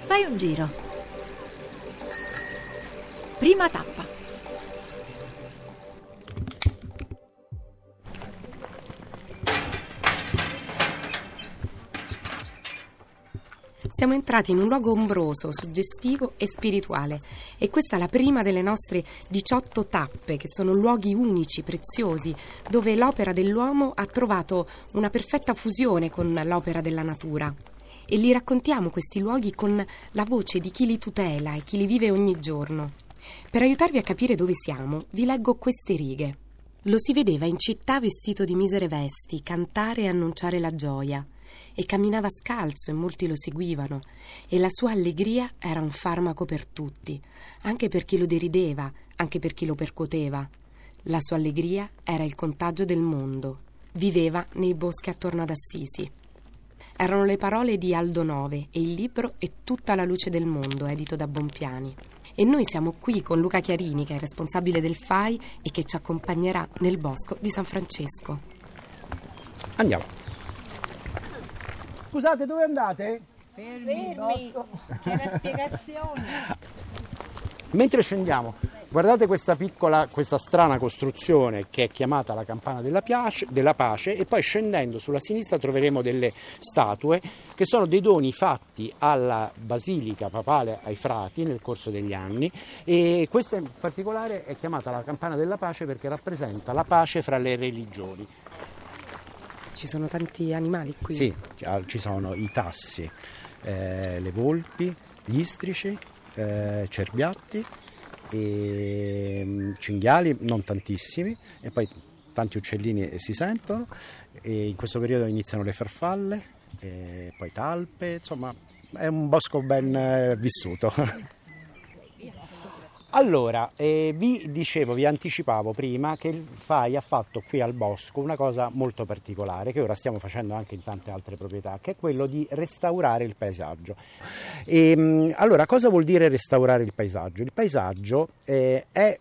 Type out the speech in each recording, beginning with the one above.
Fai un giro. Prima tappa. Siamo entrati in un luogo ombroso, suggestivo e spirituale, e questa è la prima delle nostre 18 tappe, che sono luoghi unici, preziosi, dove l'opera dell'uomo ha trovato una perfetta fusione con l'opera della natura. E li raccontiamo questi luoghi con la voce di chi li tutela e chi li vive ogni giorno. Per aiutarvi a capire dove siamo, vi leggo queste righe. Lo si vedeva in città vestito di misere vesti, cantare e annunciare la gioia. E camminava scalzo e molti lo seguivano, e la sua allegria era un farmaco per tutti, anche per chi lo derideva, anche per chi lo percuoteva. La sua allegria era il contagio del mondo. Viveva nei boschi attorno ad Assisi. Erano le parole di Aldo Nove e il libro È tutta la luce del mondo, edito da Bompiani. E noi siamo qui con Luca Chiarini, che è responsabile del FAI e che ci accompagnerà nel bosco di San Francesco. Andiamo. Scusate, dove andate? Fermi. C'è una spiegazione. Mentre scendiamo, guardate questa strana costruzione che è chiamata la Campana della Pace, e poi scendendo sulla sinistra troveremo delle statue che sono dei doni fatti alla Basilica Papale ai frati nel corso degli anni, e questa in particolare è chiamata la Campana della Pace perché rappresenta la pace fra le religioni. Ci sono tanti animali qui? Sì, ci sono i tassi, le volpi, gli istrici, cerbiatti, e cinghiali, non tantissimi, e poi tanti uccellini si sentono, e in questo periodo iniziano le farfalle, e poi talpe, insomma è un bosco ben vissuto. Allora, vi anticipavo prima che il FAI ha fatto qui al bosco una cosa molto particolare, che ora stiamo facendo anche in tante altre proprietà, che è quello di restaurare il paesaggio. Allora, cosa vuol dire restaurare il paesaggio? Il paesaggio è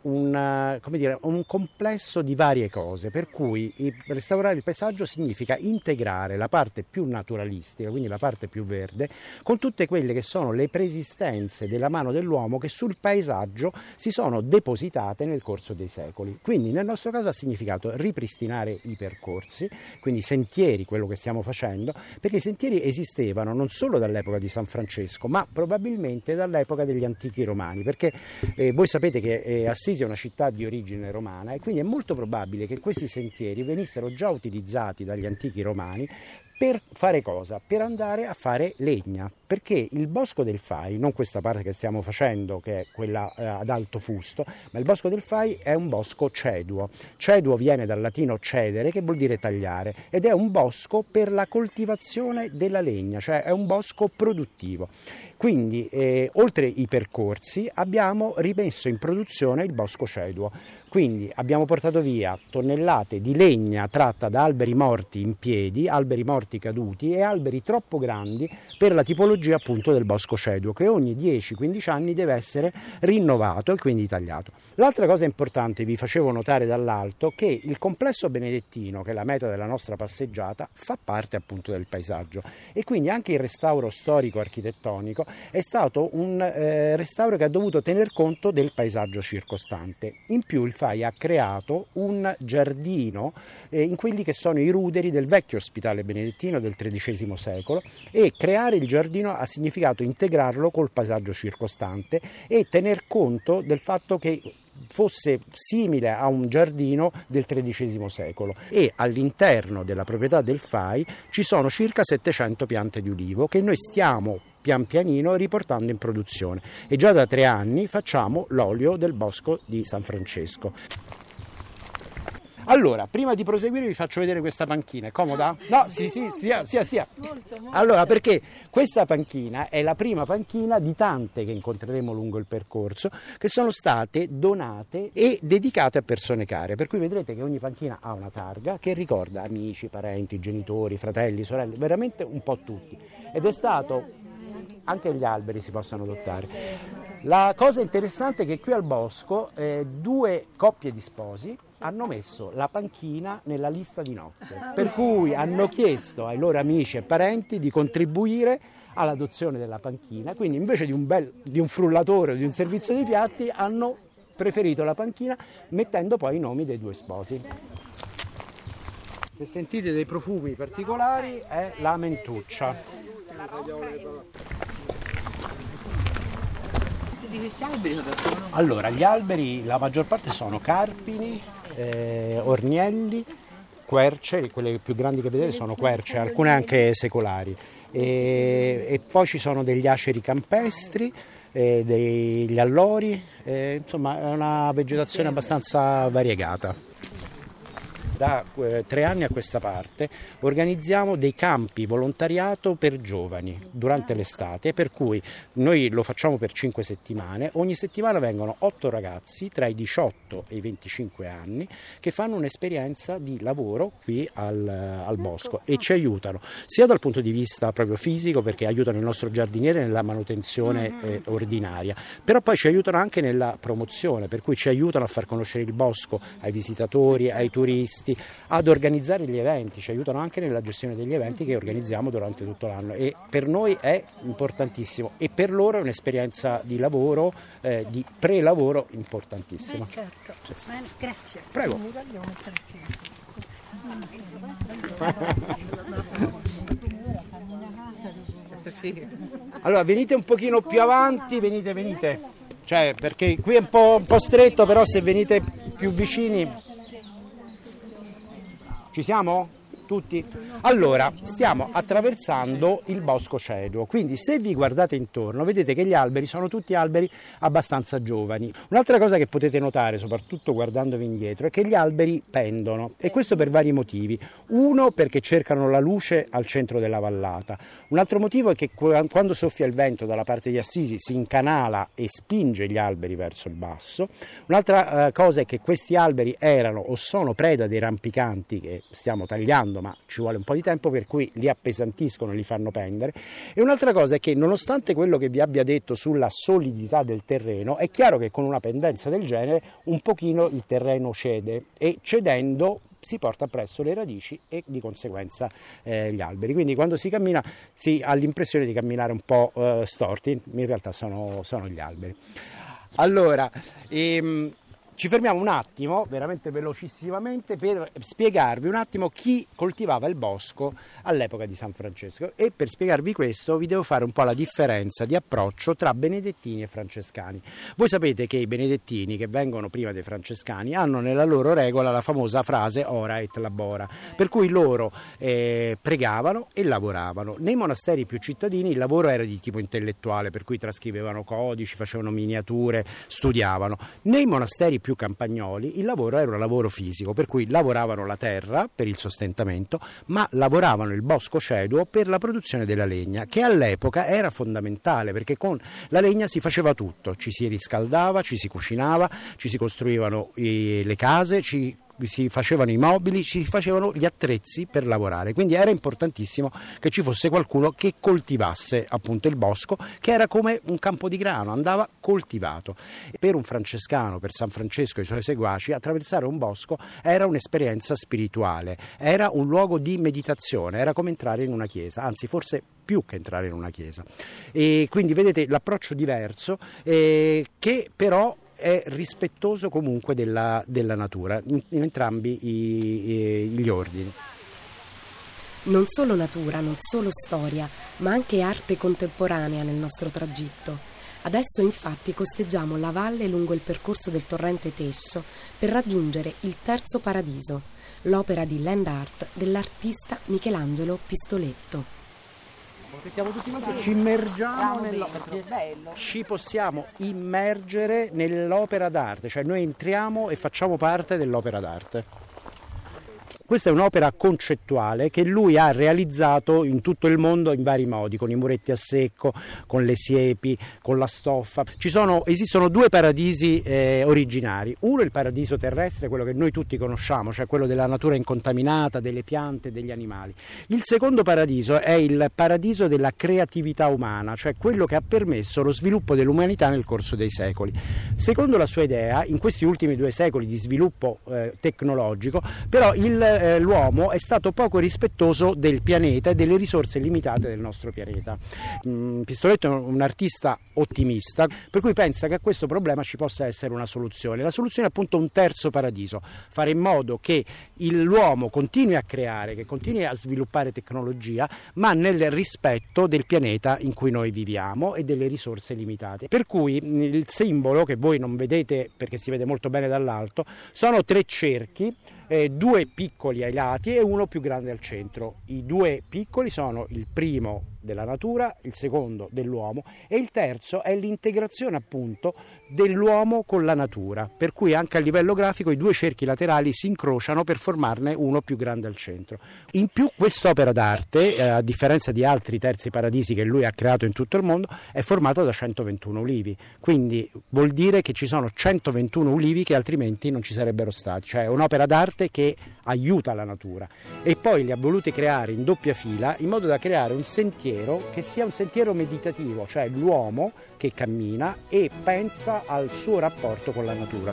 un complesso di varie cose, per cui restaurare il paesaggio significa integrare la parte più naturalistica, quindi la parte più verde, con tutte quelle che sono le preesistenze della mano dell'uomo che sul paesaggio si sono depositate nel corso dei secoli. Quindi nel nostro caso ha significato ripristinare i percorsi, quindi sentieri, quello che stiamo facendo, perché i sentieri esistevano non solo dall'epoca di San Francesco, ma probabilmente dall'epoca degli antichi romani, perché voi sapete che Assisi è una città di origine romana, e quindi è molto probabile che questi sentieri venissero già utilizzati dagli antichi romani per fare cosa? Per andare a fare legna, perché il bosco del FAI, non questa parte che stiamo facendo che è quella ad alto fusto, ma il bosco del FAI è un bosco ceduo. Ceduo viene dal latino cedere, che vuol dire tagliare, ed è un bosco per la coltivazione della legna, cioè è un bosco produttivo. Quindi oltre i percorsi abbiamo rimesso in produzione il bosco ceduo. Quindi abbiamo portato via tonnellate di legna tratta da alberi morti in piedi, alberi morti caduti e alberi troppo grandi per la tipologia appunto del bosco ceduo, che ogni 10-15 anni deve essere rinnovato e quindi tagliato. L'altra cosa importante, vi facevo notare dall'alto, che il complesso benedettino, che è la meta della nostra passeggiata, fa parte appunto del paesaggio, e quindi anche il restauro storico-architettonico è stato un restauro che ha dovuto tener conto del paesaggio circostante. In più il FAI ha creato un giardino in quelli che sono i ruderi del vecchio ospitale benedettino del XIII secolo, e creare il giardino ha significato integrarlo col paesaggio circostante e tener conto del fatto che fosse simile a un giardino del XIII secolo. E all'interno della proprietà del FAI ci sono circa 700 piante di ulivo che noi stiamo pian pianino riportando in produzione, e già da 3 anni facciamo l'olio del bosco di San Francesco. Allora, prima di proseguire vi faccio vedere questa panchina, è comoda? No, sì, sia. Molto. Allora, perché questa panchina è la prima panchina di tante che incontreremo lungo il percorso, che sono state donate e dedicate a persone care, per cui vedrete che ogni panchina ha una targa che ricorda amici, parenti, genitori, fratelli, sorelle, veramente un po' tutti, ed è stato, anche gli alberi si possono adottare. La cosa interessante è che qui al bosco 2 coppie di sposi hanno messo la panchina nella lista di nozze, per cui hanno chiesto ai loro amici e parenti di contribuire all'adozione della panchina, quindi invece di un frullatore o di un servizio di piatti hanno preferito la panchina, mettendo poi i nomi dei 2 sposi. Se sentite dei profumi particolari è la mentuccia. Di questi alberi cosa sono? Allora, gli alberi, la maggior parte sono carpini, ornielli, querce, quelle più grandi che vedete sono querce, alcune anche secolari. E poi ci sono degli aceri campestri, degli allori, insomma è una vegetazione abbastanza variegata. Da 3 anni a questa parte organizziamo dei campi volontariato per giovani durante l'estate, per cui noi lo facciamo per 5 settimane. Ogni settimana vengono 8 ragazzi tra i 18 e i 25 anni che fanno un'esperienza di lavoro qui al bosco e ci aiutano sia dal punto di vista proprio fisico, perché aiutano il nostro giardiniere nella manutenzione ordinaria, però poi ci aiutano anche nella promozione, per cui ci aiutano a far conoscere il bosco ai visitatori, ai turisti, ad organizzare gli eventi, ci aiutano anche nella gestione degli eventi che organizziamo durante tutto l'anno, e per noi è importantissimo e per loro è un'esperienza di lavoro, di pre-lavoro importantissima. Certo. Bene, grazie. Prego. Mi voglio mettere Sì. Allora venite un pochino più avanti, venite. Cioè, perché qui è un po' stretto, però se venite più vicini. Ci siamo? Tutti? Allora, stiamo attraversando il bosco ceduo, quindi se vi guardate intorno vedete che gli alberi sono tutti alberi abbastanza giovani. Un'altra cosa che potete notare, soprattutto guardandovi indietro, è che gli alberi pendono, e questo per vari motivi. Uno, perché cercano la luce al centro della vallata. Un altro motivo è che quando soffia il vento dalla parte di Assisi si incanala e spinge gli alberi verso il basso. Un'altra cosa è che questi alberi erano o sono preda dei rampicanti che stiamo tagliando, ma ci vuole un po' di tempo, per cui li appesantiscono, li fanno pendere. E un'altra cosa è che, nonostante quello che vi abbia detto sulla solidità del terreno, è chiaro che con una pendenza del genere un pochino il terreno cede, e cedendo si porta appresso le radici e di conseguenza gli alberi. Quindi quando si cammina si ha l'impressione di camminare un po' storti, in realtà sono gli alberi. Allora, ci fermiamo un attimo, veramente velocissimamente, per spiegarvi un attimo chi coltivava il bosco all'epoca di San Francesco, e per spiegarvi questo vi devo fare un po' la differenza di approccio tra benedettini e francescani. Voi sapete che i benedettini, che vengono prima dei francescani, hanno nella loro regola la famosa frase ora et labora, per cui loro pregavano e lavoravano. Nei monasteri più cittadini il lavoro era di tipo intellettuale, per cui trascrivevano codici, facevano miniature, studiavano. Nei monasteri più campagnoli il lavoro era un lavoro fisico, per cui lavoravano la terra per il sostentamento, ma lavoravano il bosco ceduo per la produzione della legna, che all'epoca era fondamentale, perché con la legna si faceva tutto: ci si riscaldava, ci si cucinava, ci si costruivano le case, si facevano i mobili, ci facevano gli attrezzi per lavorare. Quindi era importantissimo che ci fosse qualcuno che coltivasse appunto il bosco, che era come un campo di grano, andava coltivato. Per un francescano, per San Francesco e i suoi seguaci, attraversare un bosco era un'esperienza spirituale, era un luogo di meditazione, era come entrare in una chiesa, anzi forse più che entrare in una chiesa. E quindi vedete l'approccio diverso, che però è rispettoso comunque della natura in entrambi gli ordini. Non solo natura, non solo storia, ma anche arte contemporanea nel nostro tragitto. Adesso infatti costeggiamo la valle lungo il percorso del torrente Tescio per raggiungere il Terzo Paradiso, l'opera di land art dell'artista Michelangelo Pistoletto. Ci immergiamo ci possiamo immergere nell'opera d'arte, cioè noi entriamo e facciamo parte dell'opera d'arte. Questa è un'opera concettuale che lui ha realizzato in tutto il mondo in vari modi, con i muretti a secco, con le siepi, con la stoffa. Esistono due paradisi originari. Uno è il paradiso terrestre, quello che noi tutti conosciamo, cioè quello della natura incontaminata, delle piante, degli animali. Il secondo paradiso è il paradiso della creatività umana, cioè quello che ha permesso lo sviluppo dell'umanità nel corso dei secoli. Secondo la sua idea, in questi ultimi 2 secoli di sviluppo tecnologico, però l'uomo è stato poco rispettoso del pianeta e delle risorse limitate del nostro pianeta. Pistoletto è un artista ottimista, per cui pensa che a questo problema ci possa essere una soluzione. La soluzione è appunto un terzo paradiso, fare in modo che l'uomo continui a creare, che continui a sviluppare tecnologia, ma nel rispetto del pianeta in cui noi viviamo e delle risorse limitate. Per cui il simbolo, che voi non vedete perché si vede molto bene dall'alto, sono 3 cerchi, 2 piccoli ai lati e 1 più grande al centro. I 2 piccoli sono il primo della natura, il secondo dell'uomo e il terzo è l'integrazione appunto dell'uomo con la natura, per cui anche a livello grafico i 2 cerchi laterali si incrociano per formarne uno più grande al centro. In più quest'opera d'arte, a differenza di altri terzi paradisi che lui ha creato in tutto il mondo, è formato da 121 ulivi, quindi vuol dire che ci sono 121 ulivi che altrimenti non ci sarebbero stati, cioè è un'opera d'arte che aiuta la natura, e poi li ha voluti creare in doppia fila in modo da creare un sentiero che sia un sentiero meditativo, cioè l'uomo che cammina e pensa al suo rapporto con la natura.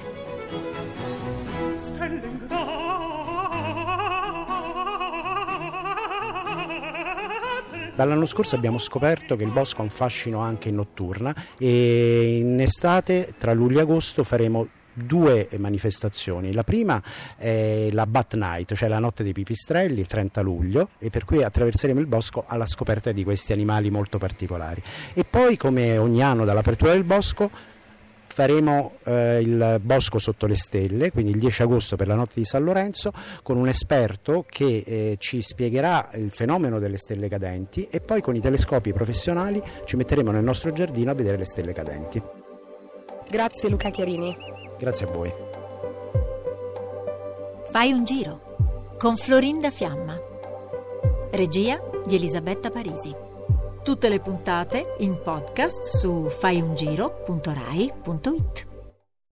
Dall'anno scorso abbiamo scoperto che il bosco ha un fascino anche in notturna, e in estate tra luglio e agosto faremo 2 manifestazioni. La prima è la Bat Night, cioè la notte dei pipistrelli, il 30 luglio, e per cui attraverseremo il bosco alla scoperta di questi animali molto particolari. E poi, come ogni anno dall'apertura del bosco, faremo il bosco sotto le stelle, quindi il 10 agosto per la notte di San Lorenzo, con un esperto che ci spiegherà il fenomeno delle stelle cadenti, e poi con i telescopi professionali ci metteremo nel nostro giardino a vedere le stelle cadenti. Grazie Luca Chiarini. Grazie a voi. Fai un giro con Florinda Fiamma. Regia di Elisabetta Parisi. Tutte le puntate in podcast su faiungiro.rai.it.